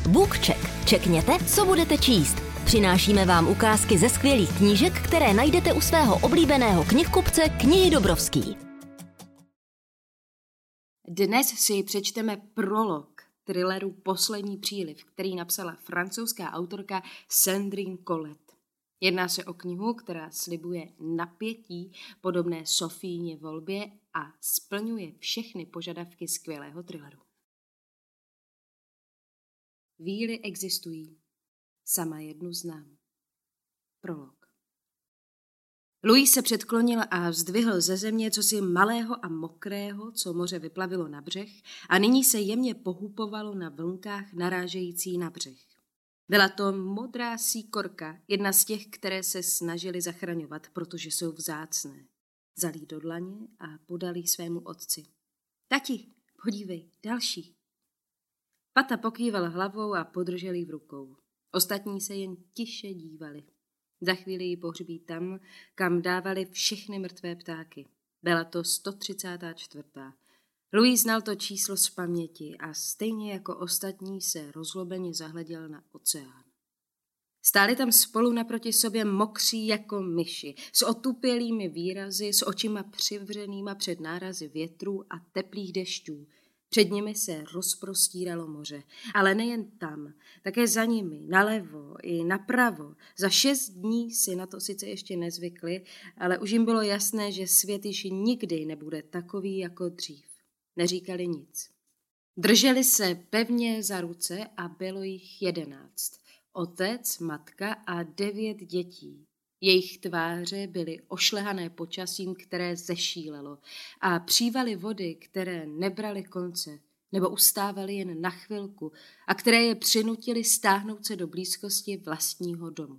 BookCheck. Čekněte, co budete číst. Přinášíme vám ukázky ze skvělých knížek, které najdete u svého oblíbeného knihkupce Knihy Dobrovský. Dnes si přečteme prolog thrilleru Poslední příliv, který napsala francouzská autorka Sandrine Collet. Jedná se o knihu, která slibuje napětí podobné Sofíně volbě a splňuje všechny požadavky skvělého thrilleru. Víly existují, sama jednu znám. Prolog. Louis se předklonil a vzdvihl ze země cosi malého a mokrého, co moře vyplavilo na břeh, a nyní se jemně pohupovalo na vlnkách narážející na břeh. Byla to modrá síkorka, jedna z těch, které se snažili zachraňovat, protože jsou vzácné. Vzal jí do dlaně a podal jí svému otci. Tati, podívej, další. Pata pokýval hlavou a podržel jí v rukou. Ostatní se jen tiše dívali. Za chvíli ji pohřbí tam, kam dávali všechny mrtvé ptáky. Byla to 134. Louis znal to číslo z paměti a stejně jako ostatní se rozlobeně zahleděl na oceán. Stáli tam spolu naproti sobě mokří jako myši, s otupělými výrazy, s očima přivřenýma před nárazy větrů a teplých dešťů. Před nimi se rozprostíralo moře, ale nejen tam, také za nimi, nalevo i napravo. Za 6 dní si na to sice ještě nezvykli, ale už jim bylo jasné, že svět již nikdy nebude takový jako dřív. Neříkali nic. Drželi se pevně za ruce a bylo jich 11. Otec, matka a 9 dětí. Jejich tváře byly ošlehané počasím, které zešílelo, a přívaly vody, které nebraly konce, nebo ustávaly jen na chvilku a které je přinutily stáhnout se do blízkosti vlastního domu.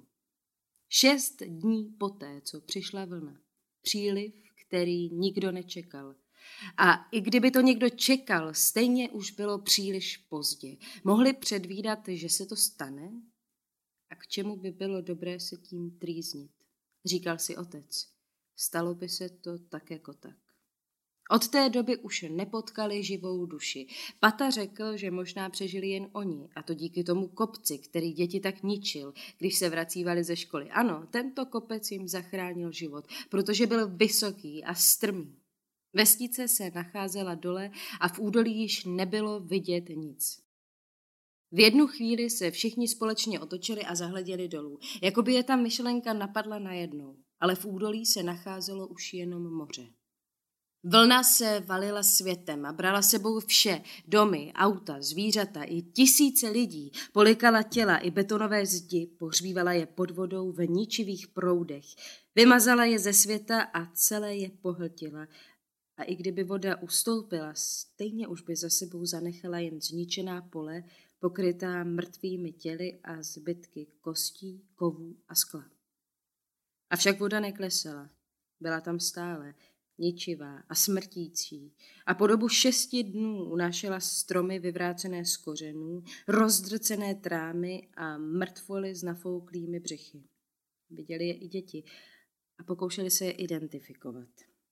6 dní poté, co přišla vlna, příliv, který nikdo nečekal. A i kdyby to někdo čekal, stejně už bylo příliš pozdě. Mohli předvídat, že se to stane? A k čemu by bylo dobré se tím trýznit? Říkal si otec. Stalo by se to tak jako tak. Od té doby už nepotkali živou duši. Pata řekl, že možná přežili jen oni, a to díky tomu kopci, který děti tak ničil, když se vracívali ze školy. Ano, tento kopec jim zachránil život, protože byl vysoký a strmý. Vesnice se nacházela dole a v údolí již nebylo vidět nic. V jednu chvíli se všichni společně otočili a zahleděli dolů, jako by je ta myšlenka napadla najednou, ale v údolí se nacházelo už jenom moře. Vlna se valila světem a brala sebou vše, domy, auta, zvířata i tisíce lidí, polikala těla i betonové zdi, pohřbívala je pod vodou v ničivých proudech, vymazala je ze světa a celé je pohltila. A i kdyby voda ustoupila, stejně už by za sebou zanechala jen zničená pole, pokrytá mrtvými těly a zbytky kostí, kovů a skla. Avšak voda neklesala. Byla tam stále, ničivá a smrtící, a po dobu 6 dnů unášela stromy vyvrácené z kořenů, rozdrcené trámy a mrtvoly s nafouklými břichy. Viděli je i děti a pokoušeli se je identifikovat.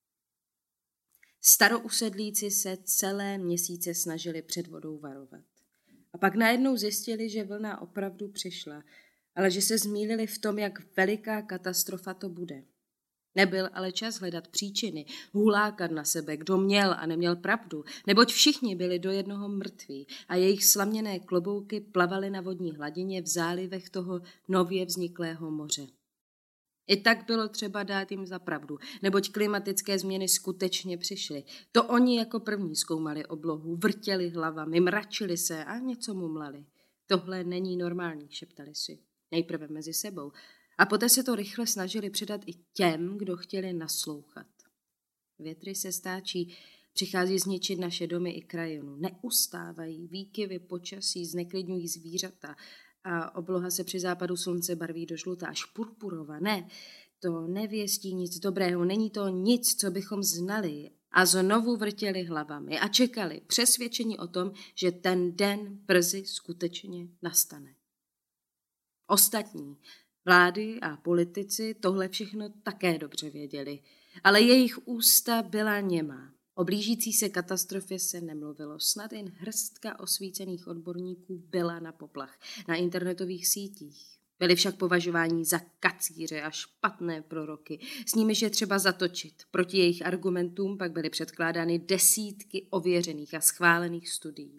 Starousedlíci se celé měsíce snažili před vodou varovat. A pak najednou zjistili, že vlna opravdu přišla, ale že se zmýlili v tom, jak veliká katastrofa to bude. Nebyl ale čas hledat příčiny, hulákat na sebe, kdo měl a neměl pravdu, neboť všichni byli do jednoho mrtví a jejich slaměné klobouky plavaly na vodní hladině v zálivech toho nově vzniklého moře. I tak bylo třeba dát jim za pravdu, neboť klimatické změny skutečně přišly. To oni jako první zkoumali oblohu, vrtěli hlavami, mračili se a něco mumlali. Tohle není normální, šeptali si. Nejprve mezi sebou. A poté se to rychle snažili předat i těm, kdo chtěli naslouchat. Větry se stáčí, přichází zničit naše domy i krajinu. Neustávají, výkyvy počasí zneklidňují zvířata a obloha se při západu slunce barví do žluta až purpurova. Ne, to nevěstí nic dobrého, není to nic, co bychom znali. A znovu vrtěli hlavami a čekali, přesvědčení o tom, že ten den brzy skutečně nastane. Ostatní, vlády a politici tohle všechno také dobře věděli, ale jejich ústa byla němá. O blížící se katastrofě se nemluvilo, snad jen hrstka osvícených odborníků byla na poplach na internetových sítích. Byli však považováni za kacíře a špatné proroky, s nimiž je třeba zatočit. Proti jejich argumentům pak byly předkládány desítky ověřených a schválených studií.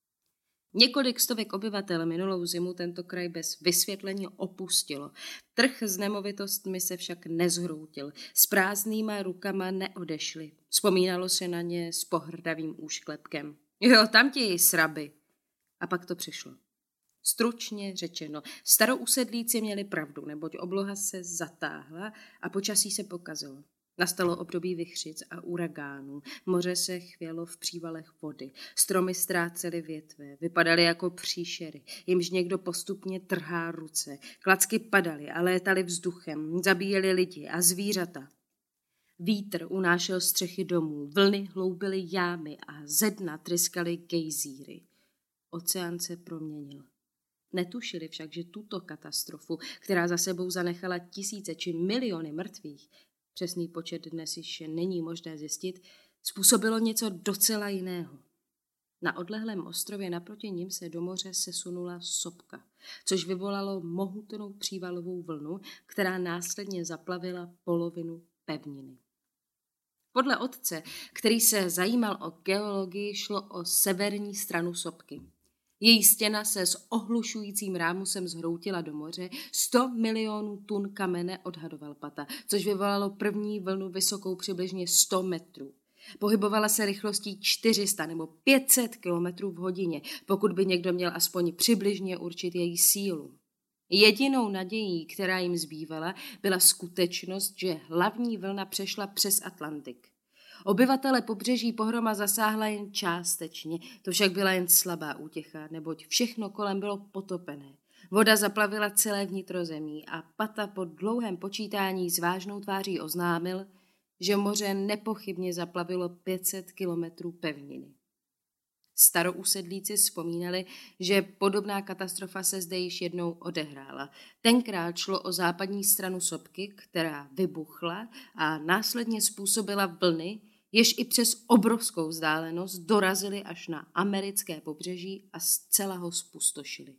Několik stovek obyvatel minulou zimu tento kraj bez vysvětlení opustilo. Trh s nemovitostmi se však nezhroutil, s prázdnýma rukama neodešli. Vzpomínalo se na ně s pohrdavým úšklepkem. Jo, tam ti sraby. A pak to přišlo. Stručně řečeno, starousedlíci měli pravdu, neboť obloha se zatáhla a počasí se pokazilo. Nastalo období vichřic a uragánů, moře se chvělo v přívalech vody, stromy ztrácely větve, vypadaly jako příšery, jimž někdo postupně trhá ruce, klacky padaly a létaly vzduchem, zabíjeli lidi a zvířata. Vítr unášel střechy domů, vlny hloubily jámy a ze dna tryskaly gejzíry. Oceán se proměnil. Netušili však, že tuto katastrofu, která za sebou zanechala tisíce či miliony mrtvých, přesný počet dnes již není možné zjistit, způsobilo něco docela jiného. Na odlehlém ostrově naproti nim se do moře sesunula sopka, což vyvolalo mohutnou přívalovou vlnu, která následně zaplavila polovinu pevniny. Podle otce, který se zajímal o geologii, šlo o severní stranu sopky. Její stěna se s ohlušujícím rámusem zhroutila do moře, 100 milionů tun kamene odhadoval Pata, což vyvolalo první vlnu vysokou přibližně 100 metrů. Pohybovala se rychlostí 400 nebo 500 kilometrů v hodině, pokud by někdo měl aspoň přibližně určit její sílu. Jedinou nadějí, která jim zbývala, byla skutečnost, že hlavní vlna přešla přes Atlantik. Obyvatele pobřeží pohroma zasáhla jen částečně, to však byla jen slabá útěcha, neboť všechno kolem bylo potopené. Voda zaplavila celé vnitrozemí a Pata po dlouhém počítání s vážnou tváří oznámil, že moře nepochybně zaplavilo 500 kilometrů pevniny. Starousedlíci vzpomínali, že podobná katastrofa se zde již jednou odehrála. Tenkrát šlo o západní stranu sopky, která vybuchla a následně způsobila vlny, jež i přes obrovskou vzdálenost dorazily až na americké pobřeží a zcela ho zpustošily.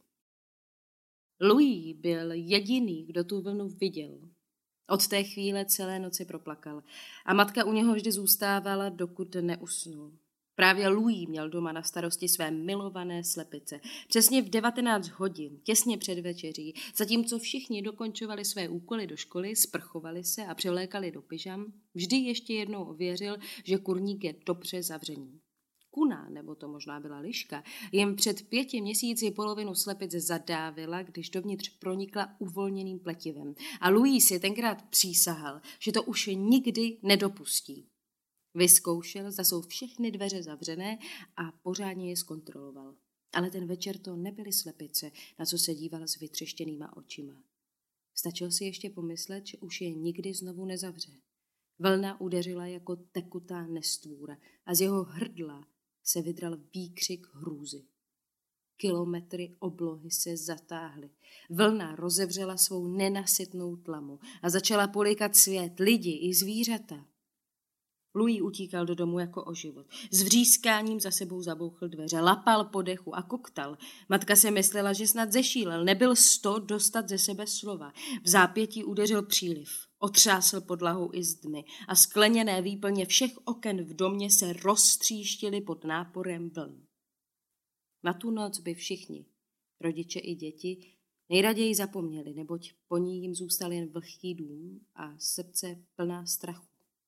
Louis byl jediný, kdo tu vlnu viděl. Od té chvíle celé noci proplakal a matka u něho vždy zůstávala, dokud neusnul. Právě Louis měl doma na starosti své milované slepice. Přesně v 19 hodin, těsně před večeří, zatímco všichni dokončovali své úkoly do školy, sprchovali se a převlékali do pyžam, vždy ještě jednou ověřil, že kurník je dobře zavřený. Kuna, nebo to možná byla liška, jim před 5 měsíci polovinu slepic zadávila, když dovnitř pronikla uvolněným pletivem. A Louis si tenkrát přísahal, že to už nikdy nedopustí. Vyzkoušel, zda jsou všechny dveře zavřené a pořádně je zkontroloval. Ale ten večer to nebyly slepice, na co se díval s vytřeštěnýma očima. Stačil si ještě pomyslet, že už je nikdy znovu nezavře. Vlna udeřila jako tekutá nestvůra a z jeho hrdla se vydral výkřik hrůzy. Kilometry oblohy se zatáhly. Vlna rozevřela svou nenasytnou tlamu a začala polykat svět, lidi i zvířata. Louis utíkal do domu jako o život. S vřískáním za sebou zabouchl dveře, lapal po dechu a koktal. Matka si myslela, že snad zešílel, nebyl 100 dostat ze sebe slova. V zápětí udeřil příliv, otřásl podlahou i zdmi a skleněné výplně všech oken v domě se roztříštily pod náporem vln. Na tu noc by všichni, rodiče i děti, nejraději zapomněli, neboť po ní jim zůstal jen vlhký dům a srdce plná strachu.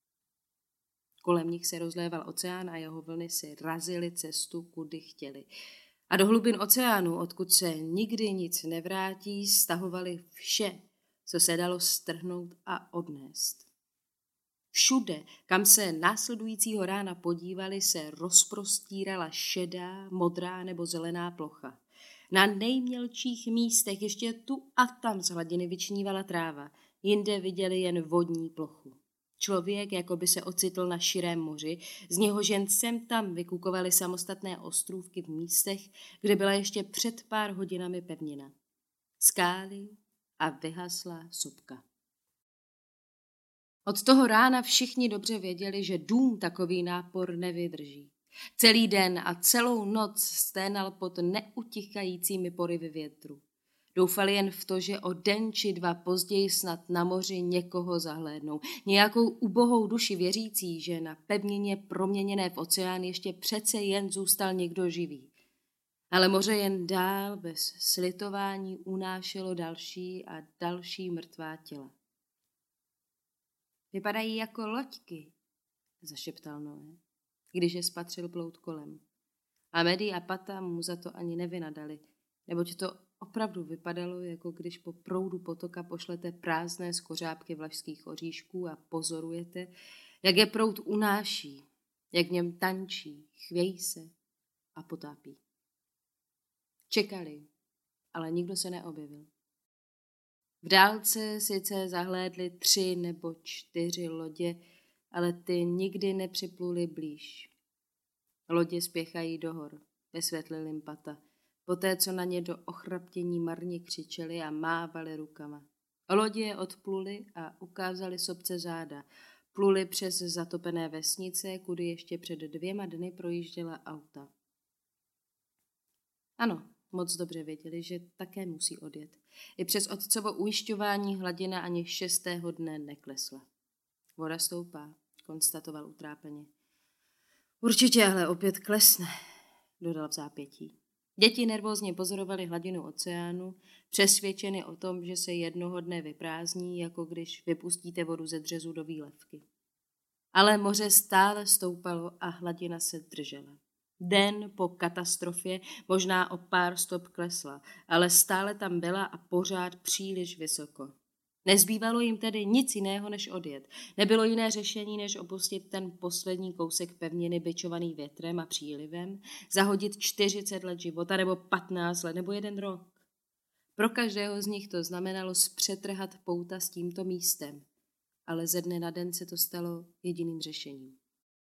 Kolem nich se rozléval oceán a jeho vlny si razily cestu, kudy chtěli. A do hlubin oceánu, odkud se nikdy nic nevrátí, stahovali vše, co se dalo strhnout a odnést. Všude, kam se následujícího rána podívali, se rozprostírala šedá, modrá nebo zelená plocha. Na nejmělčích místech ještě tu a tam z hladiny vyčnívala tráva, jinde viděli jen vodní plochu. Člověk jako by se ocitl na širém moři, z něhož jen sem tam vykukovaly samostatné ostrůvky v místech, kde byla ještě před pár hodinami pevnina. Skály a vyhaslá sopka. Od toho rána všichni dobře věděli, že dům takový nápor nevydrží. Celý den a celou noc sténal pod neutichajícími porivy větru. Doufali jen v to, že o den či dva později snad na moři někoho zahlédnou. Nějakou ubohou duši věřící, že na pevnině proměněné v oceán ještě přece jen zůstal někdo živý. Ale moře jen dál bez slitování unášelo další a další mrtvá těla. Vypadají jako loďky, zašeptal Noé, když je spatřil plout kolem. A Medy a Pata mu za to ani nevynadali, neboť to opravdu vypadalo, jako když po proudu potoka pošlete prázdné skořápky vlašských oříšků a pozorujete, jak je proud unáší, jak v něm tančí, chvějí se a potápí. Čekali, ale nikdo se neobjevil. V dálce sice zahlédli 3 nebo 4 lodě, ale ty nikdy nepřipluly blíž. Lodě spěchají do hor, vysvětlil Pata, poté co na ně do ochraptění marně křičeli a mávali rukama. Lodě odpluli a ukázali sobce záda. Pluli přes zatopené vesnice, kudy ještě před 2 dny projížděla auta. Ano, moc dobře věděli, že také musí odjet. I přes otcovo ujišťování hladina ani 6. dne neklesla. Voda stoupá, konstatoval utrápeně. Určitě ale opět klesne, dodal v zápětí. Děti nervózně pozorovali hladinu oceánu, přesvědčeny o tom, že se jednoho dne vyprázdní, jako když vypustíte vodu ze dřezu do výlevky. Ale moře stále stoupalo a hladina se držela. Den po katastrofě možná o pár stop klesla, ale stále tam byla a pořád příliš vysoko. Nezbývalo jim tedy nic jiného, než odjet. Nebylo jiné řešení, než opustit ten poslední kousek pevniny bičovaný větrem a přílivem, zahodit 40 let života, nebo 15 let, nebo 1 rok. Pro každého z nich to znamenalo zpřetrhat pouta s tímto místem, ale ze dne na den se to stalo jediným řešením.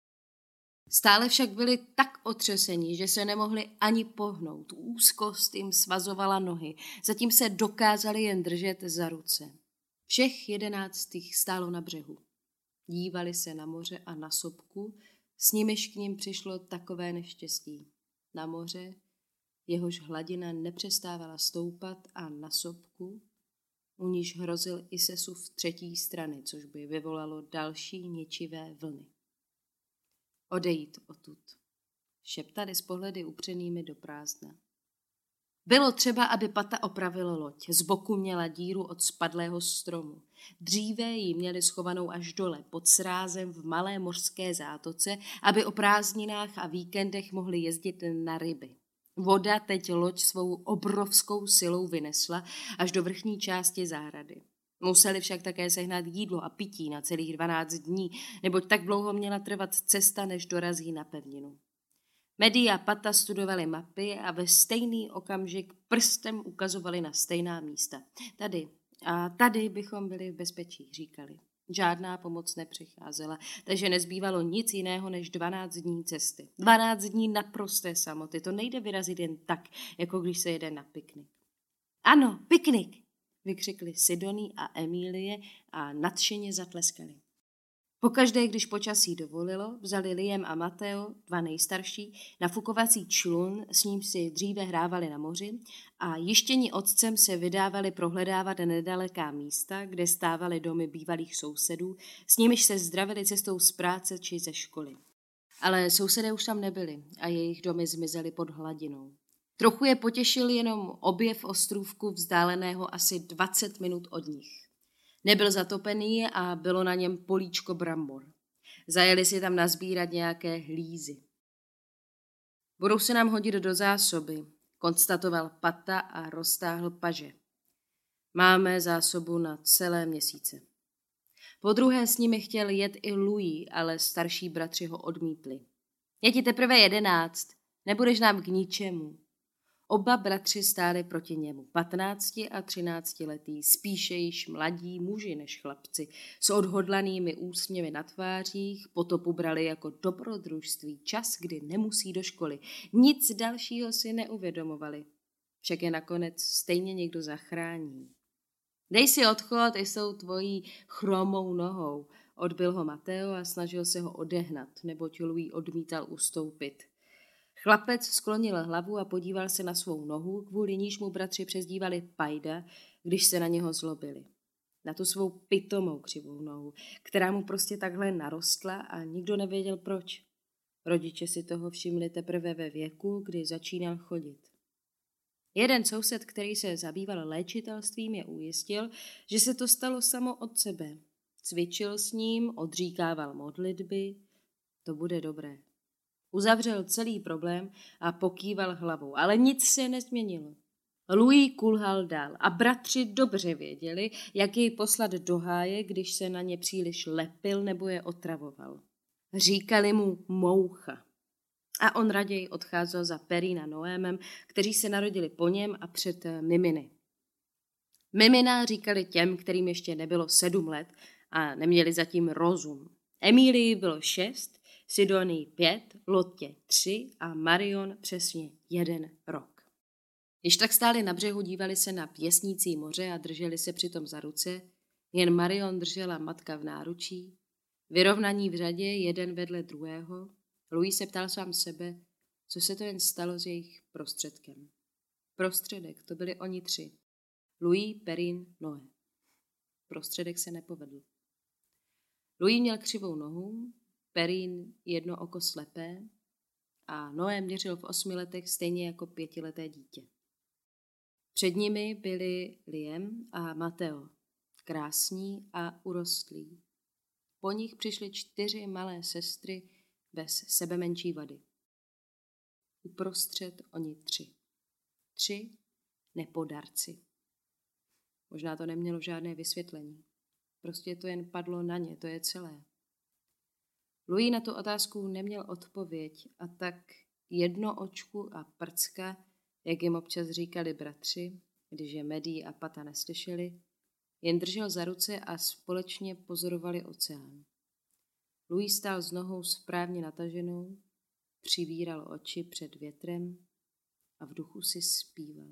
Stále však byli tak otřesení, že se nemohli ani pohnout. Úzkost jim svazovala nohy, zatím se dokázali jen držet za ruce. Všech 11 stálo na břehu. Dívali se na moře a na sopku, s nimiž k ním přišlo takové neštěstí. Na moře, jehož hladina nepřestávala stoupat, a na sopku, u níž hrozil i sesuv 3. strany, což by vyvolalo další ničivé vlny. Odejít odtud, šeptali s pohledy upřenými do prázdna. Bylo třeba, aby Pata opravil loď. Z boku měla díru od spadlého stromu. Dříve ji měli schovanou až dole, pod srázem v malé mořské zátoce, aby o prázdninách a víkendech mohli jezdit na ryby. Voda teď loď svou obrovskou silou vynesla až do vrchní části zahrady. Museli však také sehnat jídlo a pití na celých 12 dní, neboť tak dlouho měla trvat cesta, než dorazí na pevninu. Medy a Pata studovali mapy a ve stejný okamžik prstem ukazovali na stejná místa. Tady a tady bychom byli v bezpečí, říkali. Žádná pomoc nepřicházela, takže nezbývalo nic jiného než 12 dní cesty. 12 dní naprosté samoty, to nejde vyrazit jen tak, jako když se jede na piknik. Ano, piknik, vykřikli Sidonie a Emilie a nadšeně zatleskali. Pokaždé, když počasí dovolilo, vzali Liam a Mateo, 2 nejstarší, nafukovací člun, s ním si dříve hrávali na moři, a jištění otcem se vydávali prohledávat nedaleká místa, kde stávaly domy bývalých sousedů, s nimiž se zdravili cestou z práce či ze školy. Ale sousedé už tam nebyli a jejich domy zmizely pod hladinou. Trochu je potěšil jenom objev ostrůvku vzdáleného asi 20 minut od nich. Nebyl zatopený a bylo na něm políčko brambor. Zajeli si tam nazbírat nějaké hlízy. Budou se nám hodit do zásoby, konstatoval Pata a roztáhl paže. Máme zásobu na celé měsíce. Podruhé s nimi chtěl jet i Louis, ale starší bratři ho odmítli. Je ti teprve 11, nebudeš nám k ničemu. Oba bratři stáli proti němu, 15 a 13 letý, spíše již mladí muži než chlapci, s odhodlanými úsměvy na tvářích, potopu brali jako dobrodružství, čas, kdy nemusí do školy. Nic dalšího si neuvědomovali, však je nakonec stejně někdo zachrání. Dej si odchod i s tou tvojí chromou nohou, odbil ho Mateo a snažil se ho odehnat, neboť Louis odmítal ustoupit. Chlapec sklonil hlavu a podíval se na svou nohu, kvůli níž mu bratři přezdívali Pajda, když se na něho zlobili. Na tu svou pitomou křivou nohu, která mu prostě takhle narostla a nikdo nevěděl proč. Rodiče si toho všimli teprve ve věku, kdy začínal chodit. Jeden soused, který se zabýval léčitelstvím, je ujistil, že se to stalo samo od sebe. Cvičil s ním, odříkával modlitby. To bude dobré. Uzavřel celý problém a pokýval hlavou, ale nic se nezměnilo. Louis kulhal dál a bratři dobře věděli, jak jej poslat do háje, když se na ně příliš lepil nebo je otravoval. Říkali mu moucha. A on raději odcházel za Perrin a Noémem, kteří se narodili po něm a před miminy. Mimina říkali těm, kterým ještě nebylo 7 let a neměli zatím rozum. Emílii bylo 6, Sidonii 5, Lotě 3 a Marion přesně 1 rok. Když tak stáli na břehu, dívali se na pěsnící moře a drželi se přitom za ruce, jen Marion držela matka v náručí, vyrovnaní v řadě jeden vedle druhého. Louis se ptal sám sebe, co se to jen stalo s jejich prostředkem. Prostředek, to byli oni 3. Louis, Perrin, Noé. Prostředek se nepovedl. Louis měl křivou nohu, Perrin jedno oko slepé a Noé měřil v 8 letech stejně jako 5leté dítě. Před nimi byli Liam a Mateo, krásní a urostlí. Po nich přišly 4 malé sestry bez sebemenší vady. Uprostřed oni 3. 3 nepodarci. Možná to nemělo žádné vysvětlení. Prostě to jen padlo na ně, to je celé. Louis na tu otázku neměl odpověď a tak jednoočku a prcka, jak jim občas říkali bratři, když je Medí a Pata neslyšeli, jen držel za ruce a společně pozorovali oceán. Louis stál s nohou správně nataženou, přivíral oči před větrem a v duchu si zpíval.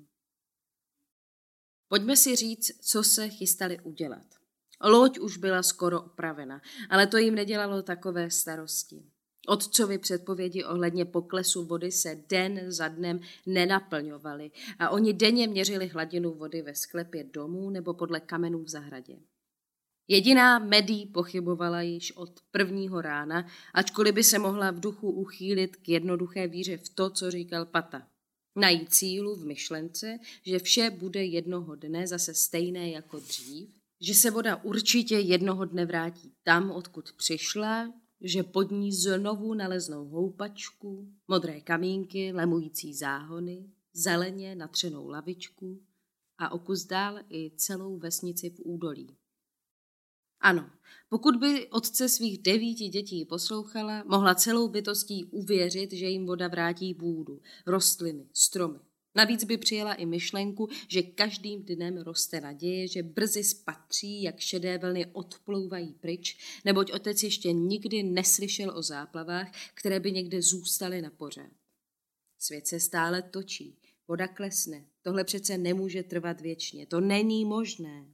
Pojďme si říct, co se chystali udělat. Loď už byla skoro opravena, ale to jim nedělalo takové starosti. Otcovi předpovědi ohledně poklesu vody se den za dnem nenaplňovaly a oni denně měřili hladinu vody ve sklepě domů nebo podle kamenů v zahradě. Jediná Medí pochybovala již od prvního rána, ačkoliv by se mohla v duchu uchýlit k jednoduché víře v to, co říkal Pata. Najít sílu v myšlence, že vše bude jednoho dne zase stejné jako dřív, že se voda určitě jednoho dne vrátí tam, odkud přišla, že pod ní znovu naleznou houpačku, modré kamínky, lemující záhony, zeleně natřenou lavičku a o kus dál i celou vesnici v údolí. Ano, pokud by otce svých 9 dětí poslouchala, mohla celou bytostí uvěřit, že jim voda vrátí půdu, rostliny, stromy. Navíc by přijela i myšlenku, že každým dnem roste naděje, že brzy spatří, jak šedé vlny odplouvají pryč, neboť otec ještě nikdy neslyšel o záplavách, které by někde zůstaly na pořád. Svět se stále točí, voda klesne, tohle přece nemůže trvat věčně, to není možné.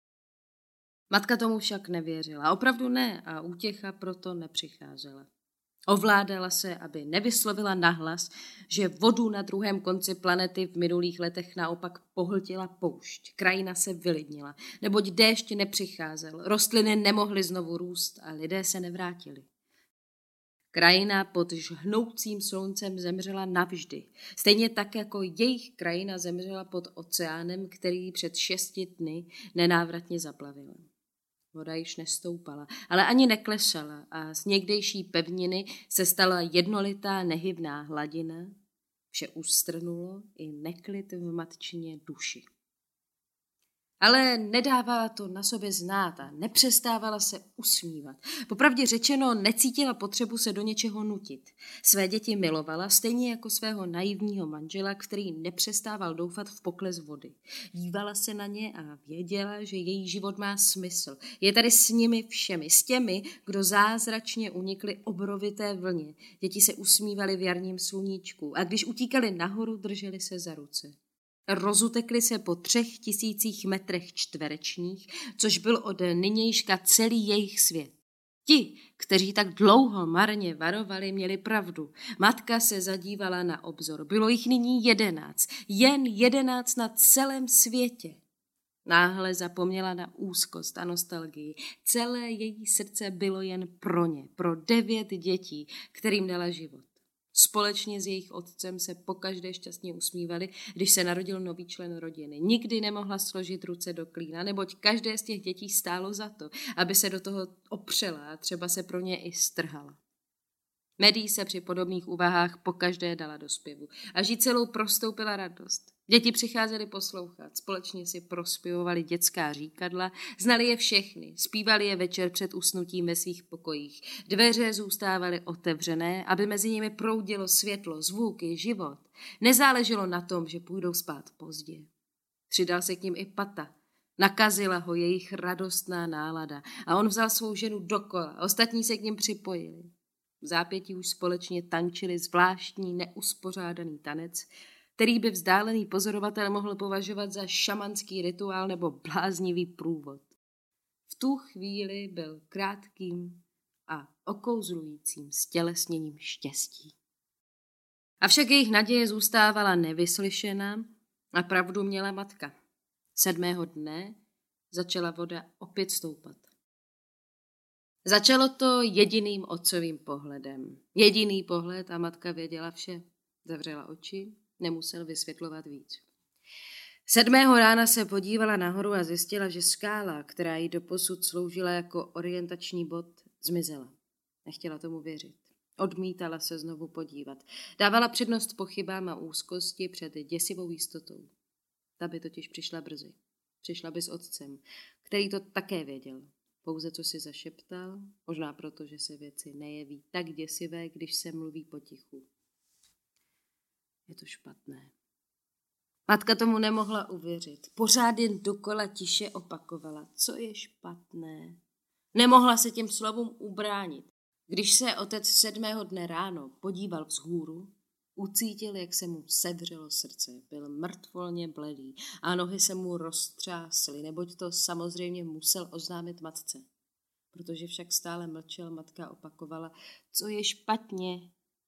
Matka tomu však nevěřila, opravdu ne, a útěcha proto nepřicházela. Ovládala se, aby nevyslovila nahlas, že vodu na druhém konci planety v minulých letech naopak pohltila poušť. Krajina se vylidnila, neboť déšť nepřicházel, rostliny nemohly znovu růst a lidé se nevrátili. Krajina pod žhnoucím sluncem zemřela navždy, stejně tak jako jejich krajina zemřela pod oceánem, který před 6 dny nenávratně zaplavil. Voda již nestoupala, ale ani neklesala a z někdejší pevniny se stala jednolitá nehybná hladina. Vše ustrnulo i neklid v matčině duši. Ale nedávala to na sobě znát a nepřestávala se usmívat. Popravdě řečeno, necítila potřebu se do něčeho nutit. Své děti milovala, stejně jako svého naivního manžela, který nepřestával doufat v pokles vody. Dívala se na ně a věděla, že její život má smysl. Je tady s nimi všemi, s těmi, kdo zázračně unikli obrovité vlně. Děti se usmívaly v jarním sluníčku a když utíkali nahoru, drželi se za ruce. Rozutekly se po 3000 metrech čtverečních, což byl od nynějška celý jejich svět. Ti, kteří tak dlouho marně varovali, měli pravdu. Matka se zadívala na obzor. Bylo jich nyní 11. Jen 11 na celém světě. Náhle zapomněla na úzkost a nostalgii. Celé její srdce bylo jen pro ně, pro 9 dětí, kterým dala život. Společně s jejich otcem se pokaždé šťastně usmívali, když se narodil nový člen rodiny. Nikdy nemohla složit ruce do klína, neboť každé z těch dětí stálo za to, aby se do toho opřela a třeba se pro ně i strhala. Maddie se při podobných úvahách pokaždé dala do zpěvu a žícelou prostoupila radost. Děti přicházely poslouchat, společně si prospěvovali dětská říkadla, znali je všechny, zpívali je večer před usnutím ve svých pokojích. Dveře zůstávaly otevřené, aby mezi nimi proudilo světlo, zvuky, život. Nezáleželo na tom, že půjdou spát pozdě. Přidal se k nim i Pata. Nakazila ho jejich radostná nálada a on vzal svou ženu dokola, ostatní se k nim připojili. V zápětí už společně tančili zvláštní neuspořádaný tanec, který by vzdálený pozorovatel mohl považovat za šamanský rituál nebo bláznivý průvod. V tu chvíli byl krátkým a okouzlujícím stělesněním štěstí. Avšak jejich naděje zůstávala nevyslyšená a pravdu měla matka. 7. dne začala voda opět stoupat. Začalo to jediným otcovým pohledem. Jediný pohled a matka věděla vše. Zavřela oči, nemusel vysvětlovat víc. 7. rána se podívala nahoru a zjistila, že skála, která jí doposud sloužila jako orientační bod, zmizela. Nechtěla tomu věřit. Odmítala se znovu podívat. Dávala přednost pochybám a úzkosti před děsivou jistotou. Ta by totiž přišla brzy. Přišla by s otcem, který to také věděl. Pouze co si zašeptal, možná proto, že se věci nejeví tak děsivé, když se mluví potichu. Je to špatné. Matka tomu nemohla uvěřit. Pořád jen dokola tiše opakovala, co je špatné. Nemohla se těm slovům ubránit. Když se otec 7. dne ráno podíval vzhůru, ucítil, jak se mu sevřelo srdce. Byl mrtvolně bledý a nohy se mu roztřásly, neboť to samozřejmě musel oznámit matce. Protože však stále mlčel, matka opakovala, co je špatně.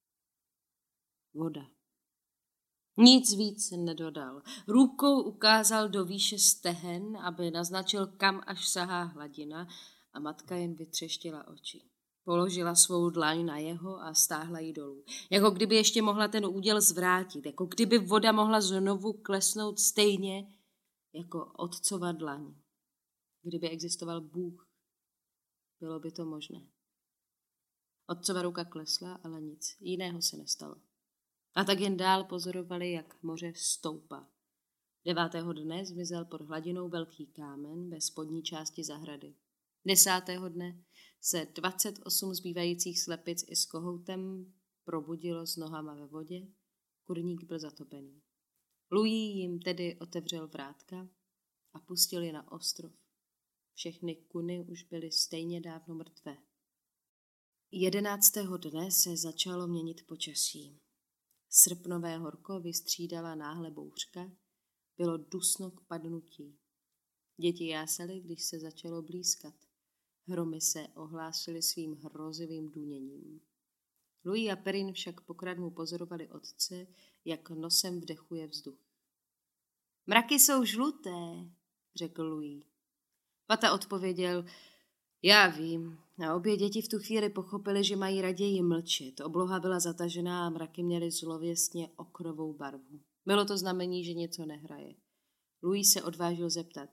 Voda. Nic víc nedodal. Rukou ukázal do výše stehen, aby naznačil, kam až sahá hladina, a matka jen vytřeštila oči. Položila svou dlaň na jeho a stáhla ji dolů. Jako kdyby ještě mohla ten úděl zvrátit, jako kdyby voda mohla znovu klesnout stejně jako otcova dlaň. Kdyby existoval Bůh, bylo by to možné. Otcova ruka klesla, ale nic jiného se nestalo. A tak jen dál pozorovali, jak moře stoupá. 9. dne zmizel pod hladinou velký kámen ve spodní části zahrady. 10. dne se 28 zbývajících slepic i s kohoutem probudilo s nohama ve vodě, kurník byl zatopený. Louis jim tedy otevřel vrátka a pustil je na ostrov. Všechny kuny už byly stejně dávno mrtvé. 11. dne se začalo měnit počasí. Srpnové horko vystřídala náhle bouřka, bylo dusno k padnutí. Děti jásaly, když se začalo blýskat. Hromy se ohlásily svým hrozivým důněním. Louis a Perrin však pokradmu pozorovali otce, jak nosem vdechuje vzduch. Mraky jsou žluté, řekl Louis. Pata odpověděl, já vím. A obě děti v tu chvíli pochopily, že mají raději mlčet. Obloha byla zatažená a mraky měly zlověstně okrovou barvu. Bylo to znamení, že něco nehraje. Louis se odvážil zeptat.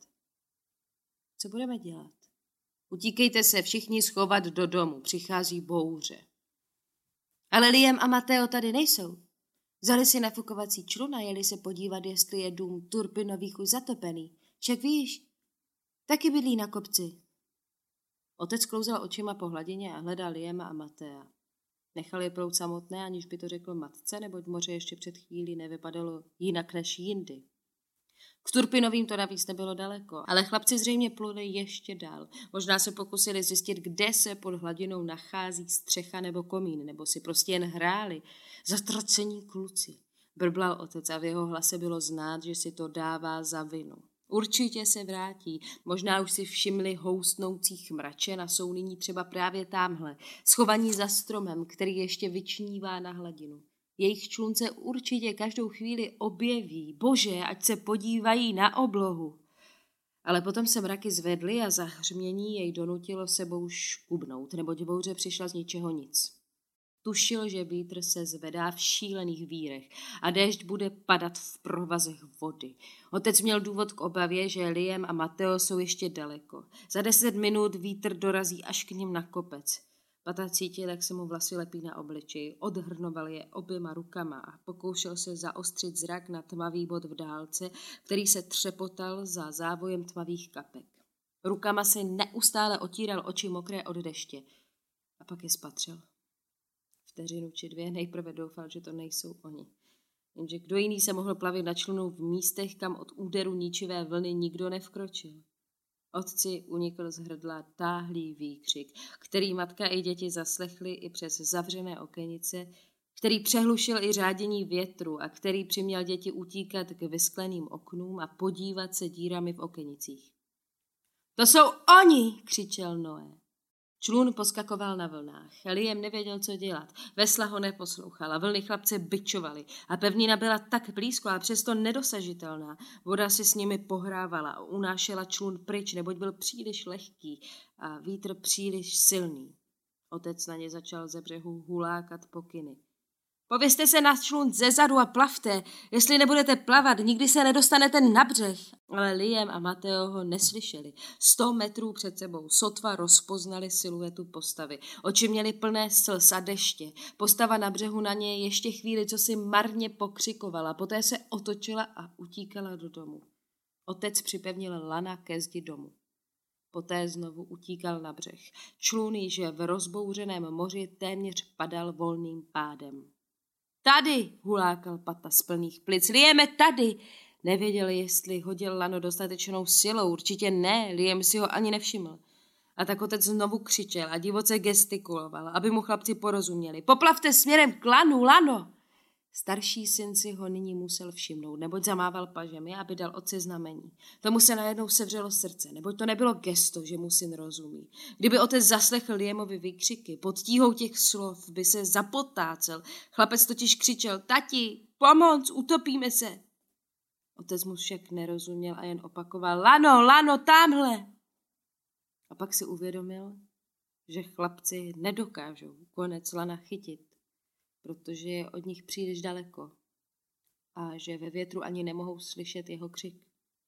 Co budeme dělat? Utíkejte se všichni schovat do domu, přichází bouře. Ale Liam a Mateo tady nejsou. Vzali si nafukovací člun a jeli se podívat, jestli je dům Turpinových už zatopený. Však víš, taky bydlí na kopci. Otec klouzal očima po hladině a hledal Liama a Matea. Nechal je proud samotné, aniž by to řekl matce, neboť moře ještě před chvílí nevypadalo jinak než jindy. K Turpinovým to navíc nebylo daleko, ale chlapci zřejmě pluli ještě dál. Možná se pokusili zjistit, kde se pod hladinou nachází střecha nebo komín, nebo si prostě jen hráli. Zatracení kluci. Brblal otec a v jeho hlase bylo znát, že si to dává za vinu. Určitě se vrátí, možná už si všimli houstnoucích mračen a jsou nyní třeba právě támhle, schovaní za stromem, který ještě vyčnívá na hladinu. Jejich člun se určitě každou chvíli objeví, bože, ať se podívají na oblohu. Ale potom se mraky zvedly a zahřmění jej donutilo sebou škubnout, neboť bouře přišla z ničeho nic. Tušil, že vítr se zvedá v šílených vírech a déšť bude padat v provazech vody. Otec měl důvod k obavě, že Liam a Mateo jsou ještě daleko. Za 10 minut vítr dorazí až k nim na kopec. Pata cítil, jak se mu vlasy lepí na obličeji, odhrnoval je oběma rukama a pokoušel se zaostřit zrak na tmavý bod v dálce, který se třepotal za závojem tmavých kapek. Rukama si neustále otíral oči mokré od deště a pak je spatřil. Vteřinu či dvě nejprve doufal, že to nejsou oni. Jenže kdo jiný se mohl plavit na člunu v místech, kam od úderu ničivé vlny nikdo nevkročil. Otci unikl z hrdla táhlý výkřik, který matka i děti zaslechli i přes zavřené okenice, který přehlušil i řádění větru a který přiměl děti utíkat k vyskleným oknům a podívat se dírami v okenicích. To jsou oni, křičel Noé. Člun poskakoval na vlnách. Liam nevěděl, co dělat. Vesla ho neposlouchala, vlny chlapce bičovaly a pevnina byla tak blízko a přesto nedosažitelná. Voda si s nimi pohrávala a unášela člun pryč, neboť byl příliš lehký a vítr příliš silný. Otec na ně začal ze břehu hulákat pokyny. Povězte se na člun zezadu a plavte. Jestli nebudete plavat, nikdy se nedostanete na břeh. Ale Liam a Mateo ho neslyšeli. 100 metrů před sebou sotva rozpoznali siluetu postavy. Oči měly plné slz a deště. Postava na břehu na ně ještě chvíli, co si marně pokřikovala. Poté se otočila a utíkala do domu. Otec připevnil lana ke zdi domu. Poté znovu utíkal na břeh. Člun již v rozbouřeném moři téměř padal volným pádem. Tady, hulákal Pata z plných plic. Liame, tady! Nevěděl, jestli hodil lano dostatečnou silou. Určitě ne, Liam si ho ani nevšiml. A tak otec znovu křičel a divoce gestikuloval, aby mu chlapci porozuměli. Poplavte směrem k lanu, lano! Starší syn si ho nyní musel všimnout, neboť zamával pažemi, aby dal otci znamení. Tomu se najednou sevřelo srdce, neboť to nebylo gesto, že mu syn rozumí. Kdyby otec zaslechl Liamovi výkřiky, pod tíhou těch slov by se zapotácel. Chlapec totiž křičel, tati, pomoc, utopíme se. Otec mu však nerozuměl a jen opakoval, lano, lano, támhle. A pak si uvědomil, že chlapci nedokážou konec lana chytit, protože je od nich příliš daleko a že ve větru ani nemohou slyšet jeho křik.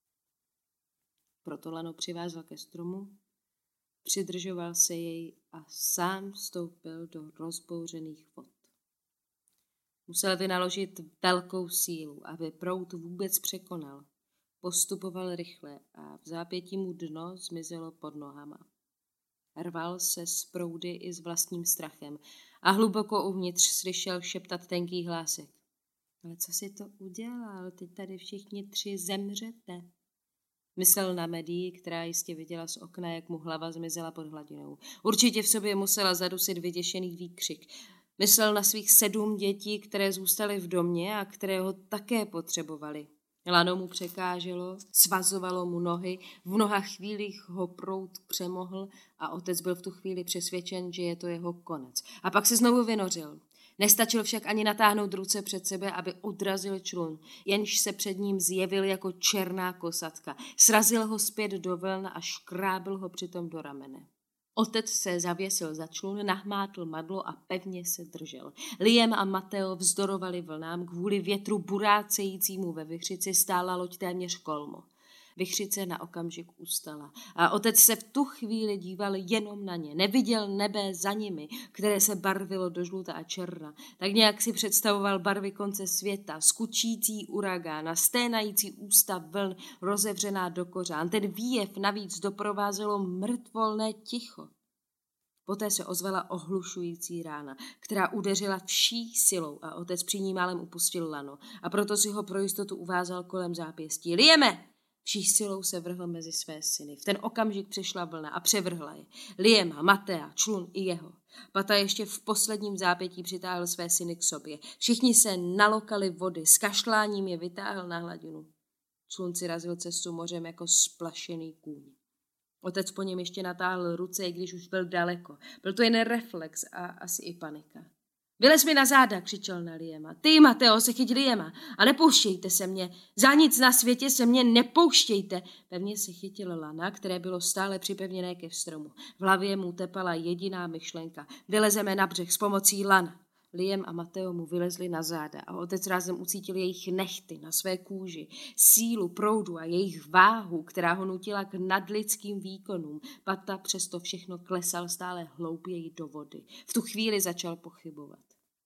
Proto lano přivázal ke stromu, přidržoval se jej a sám vstoupil do rozbouřených vod. Musel vynaložit velkou sílu, aby proud vůbec překonal. Postupoval rychle a v zápětí mu dno zmizelo pod nohama. Rval se z proudy i s vlastním strachem a hluboko uvnitř slyšel šeptat tenký hlásek. Ale co si to udělal? Teď tady všichni 3 zemřete. Myslel na Medii, která jistě viděla z okna, jak mu hlava zmizela pod hladinou. Určitě v sobě musela zadusit vyděšený výkřik. Myslel na svých 7 dětí, které zůstaly v domě a které ho také potřebovali. Lano mu překáželo, svazovalo mu nohy, v mnoha chvílích ho proud přemohl a otec byl v tu chvíli přesvědčen, že je to jeho konec. A pak se znovu vynořil. Nestačil však ani natáhnout ruce před sebe, aby odrazil člun, jenž se před ním zjevil jako černá kosatka. Srazil ho zpět do vln a škrábil ho přitom do ramene. Otec se zavěsil za člun, nahmátl madlo a pevně se držel. Liam a Mateo vzdorovali vlnám, kvůli větru burácejícímu ve vichřici stála loď téměř kolmo. Vichřice na okamžik ustala a otec se v tu chvíli díval jenom na ně. Neviděl nebe za nimi, které se barvilo do žluta a černa. Tak nějak si představoval barvy konce světa, skučící uragán a sténající ústa vln rozevřená do kořán. Ten výjev navíc doprovázelo mrtvolné ticho. Poté se ozvala ohlušující rána, která udeřila vší silou a otec při ní málem upustil lano a proto si ho pro jistotu uvázal kolem zápěstí. Liame! Vší silou se vrhl mezi své syny. V ten okamžik přišla vlna a převrhla je. Liema, Matea, člun i jeho. Pata ještě v posledním zápětí přitáhl své syny k sobě. Všichni se nalokali vody, s kašláním je vytáhl na hladinu. Člun si razil cestu mořem jako splašený kůň. Otec po něm ještě natáhl ruce, i když už byl daleko. Byl to jen reflex a asi i panika. Vylez mi na záda, křičel na Liema. Ty, Mateo, se chyť Liema a nepouštějte se mě. Za nic na světě se mě nepouštějte. Pevně se chytil lana, které bylo stále připevněné ke stromu. V hlavě mu tepala jediná myšlenka. Vylezeme na břeh s pomocí lana. Liam a Mateo mu vylezli na záda a otec rázem ucítil jejich nehty na své kůži, sílu proudu a jejich váhu, která ho nutila k nadlidským výkonům. Pata přesto všechno klesal stále hlouběji do vody. V tu chvíli začal pochybovat.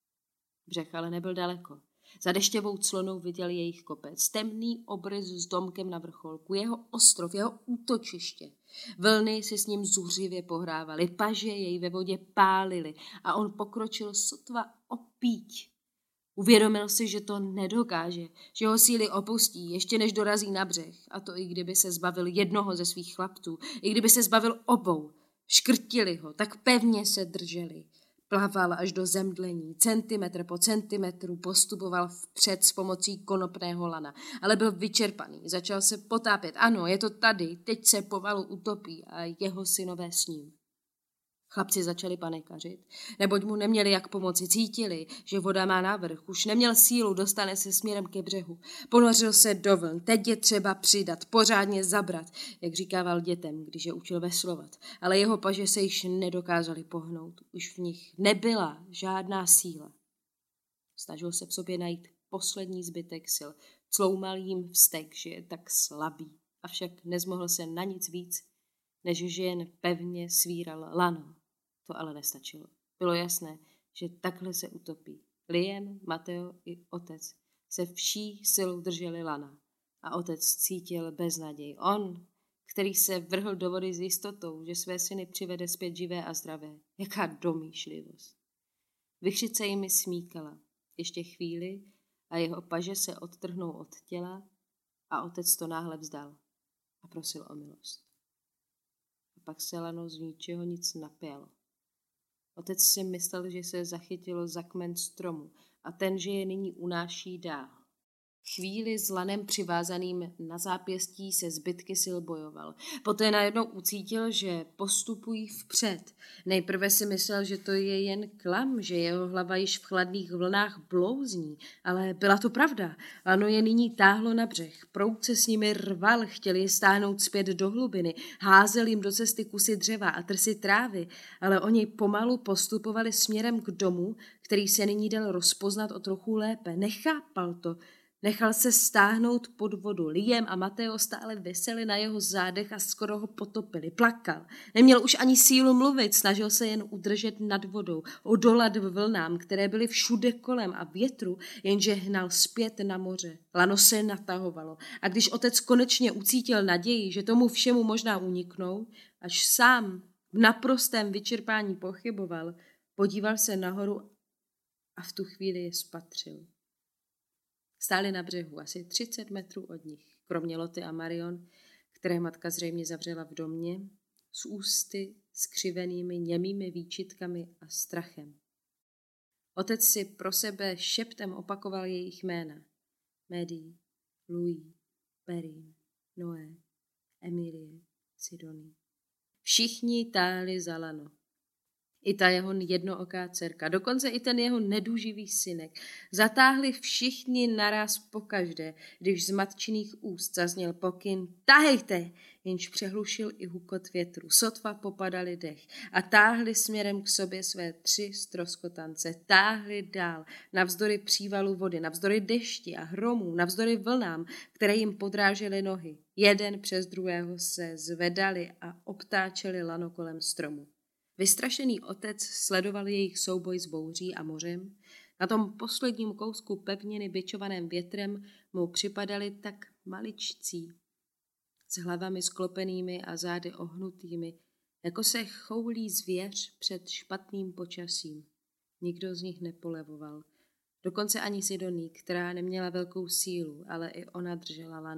Břeh ale nebyl daleko. Za dešťovou clonou viděl jejich kopec, temný obrys s domkem na vrcholku, jeho ostrov, jeho útočiště. Vlny si s ním zuřivě pohrávaly, paže jej ve vodě pálily a on pokročil sotva o píď. Uvědomil si, že to nedokáže, že ho síly opustí, ještě než dorazí na břeh, a to i kdyby se zbavil jednoho ze svých chlapců, i kdyby se zbavil obou. Škrtili ho, tak pevně se drželi. Plaval až do zemdlení, centimetr po centimetru postupoval vpřed s pomocí konopného lana, ale byl vyčerpaný, začal se potápět. Ano, je to tady, teď se pomalu utopí a jeho synové s ním. Chlapci začali panikařit, neboť mu neměli jak pomoci, cítili, že voda má navrch, už neměl sílu, dostane se směrem ke břehu. Ponořil se do vln, teď je třeba přidat, pořádně zabrat, jak říkával dětem, když je učil veslovat, ale jeho paže se již nedokázali pohnout, už v nich nebyla žádná síla. Snažil se v sobě najít poslední zbytek sil, cloumal jim vztek, že je tak slabý, avšak nezmohl se na nic víc, než že jen pevně svíral lano. To ale nestačilo. Bylo jasné, že takhle se utopí. Liam, Mateo i otec se vší silou drželi lana a otec cítil beznaděj. On, který se vrhl do vody s jistotou, že své syny přivede zpět živé a zdravé. Jaká domýšlivost. Vychřice jimi smíkala. Ještě chvíli a jeho paže se odtrhnou od těla a otec to náhle vzdal a prosil o milost. A pak se lano z ničeho nic napělo. Otec si myslel, že se zachytilo za kmen stromu a ten, že je nyní unáší dál. Chvíli s lanem přivázaným na zápěstí se zbytky sil bojoval. Poté najednou ucítil, že postupují vpřed. Nejprve si myslel, že to je jen klam, že jeho hlava již v chladných vlnách blouzní, ale byla to pravda. Lano je nyní táhlo na břeh. Proud se s nimi rval, chtěl je stáhnout zpět do hlubiny, házel jim do cesty kusy dřeva a trsy trávy, ale oni pomalu postupovali směrem k domu, který se nyní dal rozpoznat o trochu lépe. Nechápal to. Nechal se stáhnout pod vodu. Liam a Mateo stále viseli na jeho zádech a skoro ho potopili. Plakal. Neměl už ani sílu mluvit, snažil se jen udržet nad vodou, odolat vlnám, které byly všude kolem a větru, jenže hnal zpět na moře. Lano se natahovalo a když otec konečně ucítil naději, že tomu všemu možná uniknou, až sám v naprostém vyčerpání pochyboval, podíval se nahoru a v tu chvíli je spatřil. Stáli na břehu, asi 30 metrů od nich, kromě Loty a Marion, které matka zřejmě zavřela v domě, s ústy skřivenými němými výčitkami a strachem. Otec si pro sebe šeptem opakoval jejich jména. Maddie, Louis, Perrine, Noé, Emilie, Sidonie. Všichni táhli za lano. I ta jeho jednooká dcerka, dokonce i ten jeho neduživý synek. Zatáhli všichni naraz pokaždé, když z matčiných úst zazněl pokyn tahejte, jenž přehlušil i hukot větru. Sotva popadali dech a táhli směrem k sobě své 3 ztroskotance. Táhli dál, navzdory přívalu vody, navzdory dešti a hromů, navzdory vlnám, které jim podrážely nohy. Jeden přes druhého se zvedali a obtáčeli lano kolem stromu. Vystrašený otec sledoval jejich souboj s bouří a mořem. Na tom posledním kousku pevniny bičovaném větrem mu připadali tak maličcí, s hlavami sklopenými a zády ohnutými, jako se choulí zvěř před špatným počasím. Nikdo z nich nepolevoval. Dokonce ani Sidonie, která neměla velkou sílu, ale i ona držela lano.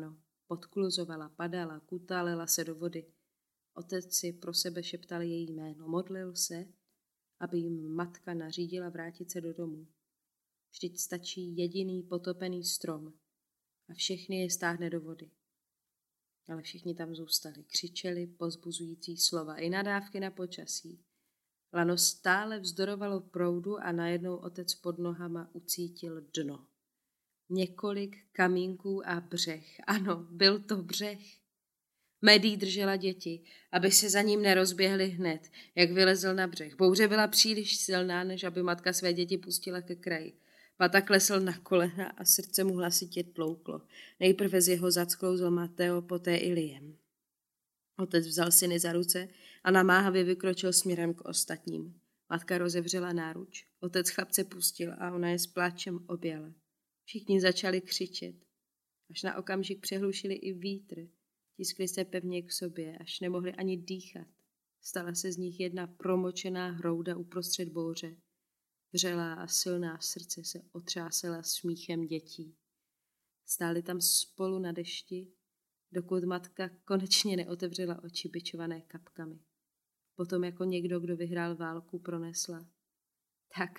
podkluzovala, padala, kutálela se do vody. Otec si pro sebe šeptal její jméno, modlil se, aby jim matka nařídila vrátit se do domu. Vždyť stačí jediný potopený strom a všechny je stáhne do vody. Ale všichni tam zůstali, křičeli povzbuzující slova i nadávky na počasí. Lano stále vzdorovalo proudu a najednou otec pod nohama ucítil dno. Několik kamínků a břeh. Ano, byl to břeh. Maddie držela děti, aby se za ním nerozběhly hned, jak vylezl na břeh. Bouře byla příliš silná, než aby matka své děti pustila ke kraji. Pata klesl na kolena a srdce mu hlasitě tlouklo. Nejprve z jeho zad sklouzl Mateo, poté i Liam. Otec vzal syny za ruce a namáhavě vykročil směrem k ostatním. Matka rozevřela náruč. Otec chlapce pustil a ona je s pláčem objala. Všichni začali křičet. Až na okamžik přehlušili i vítr. Tiskli se pevně k sobě, až nemohli ani dýchat. Stala se z nich jedna promočená hrouda uprostřed bouře. Vřelá a silná srdce se otřásela smíchem dětí. Stáli tam spolu na dešti, dokud matka konečně neotevřela oči bičované kapkami. Potom jako někdo, kdo vyhrál válku, pronesla. Tak.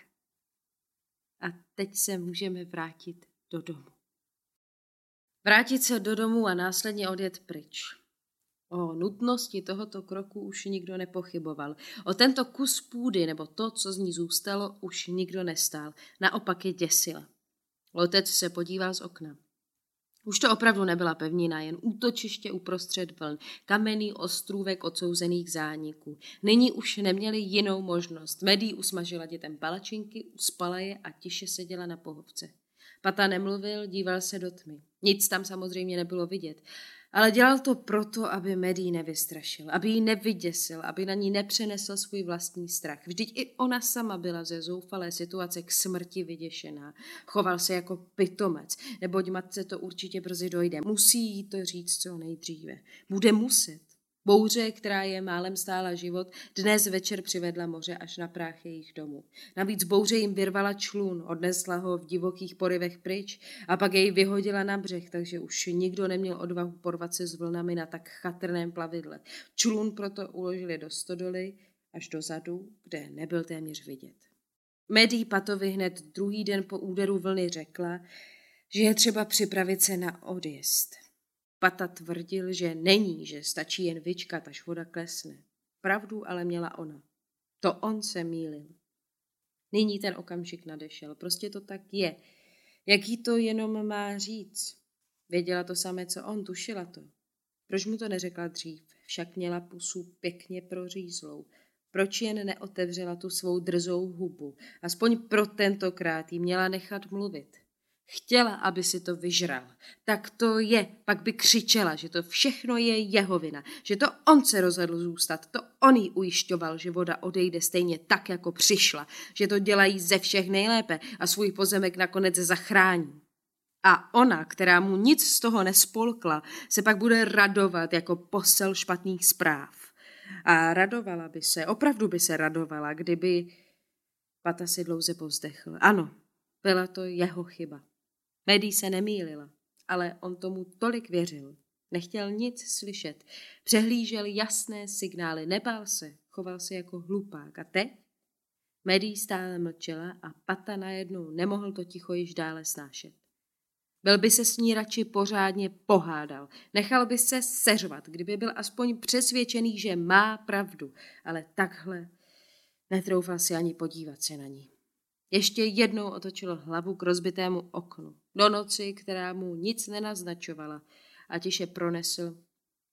A teď se můžeme vrátit do domu. Vrátit se do domu a následně odjet pryč. O nutnosti tohoto kroku už nikdo nepochyboval. O tento kus půdy nebo to, co z ní zůstalo, už nikdo nestál. Naopak je děsila. Otec se podíval z okna. Už to opravdu nebyla pevnina, jen útočiště uprostřed vln, kamenný ostrůvek odsouzených zániků. Nyní už neměli jinou možnost. Maddie usmažila dětem palačinky, uspala je a tiše seděla na pohovce. Pata nemluvil, díval se do tmy. Nic tam samozřejmě nebylo vidět, ale dělal to proto, aby Maddie nevystrašil, aby ji nevyděsil, aby na ní nepřenesl svůj vlastní strach. Vždyť i ona sama byla ze zoufalé situace k smrti vyděšená. Choval se jako pitomec, neboť matce to určitě brzy dojde. Musí jí to říct co nejdříve. Bude muset. Bouře, která je málem stála život, dnes večer přivedla moře až na práh jejich domů. Navíc bouře jim vyrvala člun, odnesla ho v divokých porivech pryč a pak jej vyhodila na břeh, takže už nikdo neměl odvahu porvat se s vlnami na tak chatrném plavidle. Člun proto uložili do stodoly až dozadu, kde nebyl téměř vidět. Maddie Patovi hned druhý den po úderu vlny řekla, že je třeba připravit se na odjezd. Pata tvrdil, že není, že stačí jen vyčkat, až voda klesne. Pravdu ale měla ona. To on se mýlil. Nyní ten okamžik nadešel. Prostě to tak je. Jak jí to jenom má říct? Věděla to samé, co on, tušila to. Proč mu to neřekla dřív? Však měla pusu pěkně prořízlou. Proč jen neotevřela tu svou drzou hubu? Aspoň pro tentokrát jí měla nechat mluvit. Chtěla, aby si to vyžral. Tak to je, pak by křičela, že to všechno je jeho vina, že to on se rozhodl zůstat, to on jí ujišťoval, že voda odejde stejně tak, jako přišla, že to dělají ze všech nejlépe a svůj pozemek nakonec zachrání. A ona, která mu nic z toho nespolkla, se pak bude radovat jako posel špatných zpráv. A radovala by se, opravdu by se radovala, kdyby... Pata si dlouze povzdechl. Ano, byla to jeho chyba. Maddie se nemýlila, ale on tomu tolik věřil. Nechtěl nic slyšet. Přehlížel jasné signály, nebál se, choval se jako hlupák. A teď? Maddie stále mlčela a Pata najednou nemohl to ticho již dále snášet. Byl by se s ní radši pořádně pohádal. Nechal by se seřvat, kdyby byl aspoň přesvědčený, že má pravdu. Ale takhle netroufal si ani podívat se na ní. Ještě jednou otočil hlavu k rozbitému oknu. Do noci, která mu nic nenaznačovala, a tiše pronesl.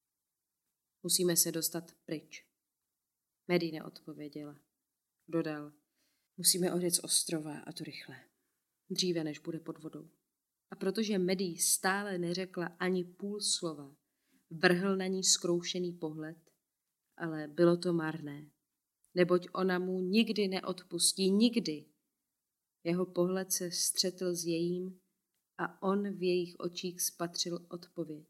Musíme se dostat pryč. Maddie neodpověděla. Dodal. Musíme odjet z ostrova a to rychle. Dříve, než bude pod vodou. A protože Maddie stále neřekla ani půl slova, vrhl na ní zkroušený pohled, ale bylo to marné. Neboť ona mu nikdy neodpustí, nikdy. Jeho pohled se střetl s jejím a on v jejich očích spatřil odpověď.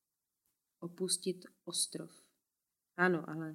Opustit ostrov. Ano, ale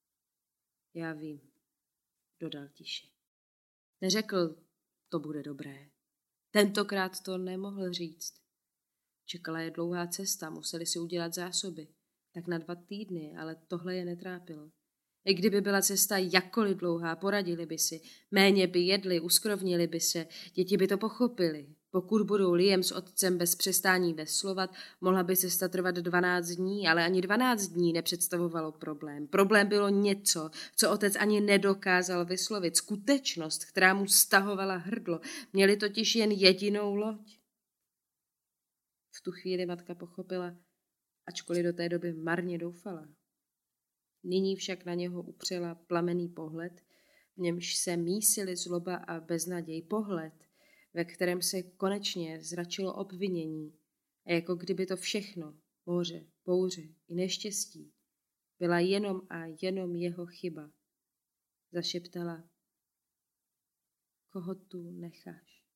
já vím, dodal tiše. Neřekl, to bude dobré. Tentokrát to nemohl říct. Čekala je dlouhá cesta, museli si udělat zásoby. Tak na 2 týdny, ale tohle je netrápilo. I kdyby byla cesta jakkoliv dlouhá, poradili by si, méně by jedli, uskrovnili by se, děti by to pochopili. Pokud budou Liam s otcem bez přestání veslovat, mohla by cesta trvat 12 dní, ale ani 12 dní nepředstavovalo problém. Problém bylo něco, co otec ani nedokázal vyslovit, skutečnost, která mu stahovala hrdlo. Měli totiž jen jedinou loď. V tu chvíli matka pochopila, ačkoliv do té doby marně doufala. Nyní však na něho upřela plamenný pohled, v němž se mísily zloba a beznaděj, pohled, ve kterém se konečně zračilo obvinění a jako kdyby to všechno, moře, bouře i neštěstí, byla jenom a jenom jeho chyba. Zašeptala, koho tu necháš?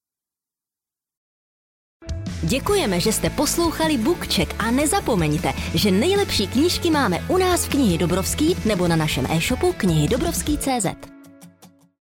Děkujeme, že jste poslouchali BookCheck a nezapomeňte, že nejlepší knížky máme u nás v Knihy Dobrovský nebo na našem e-shopu knihydobrovský.cz.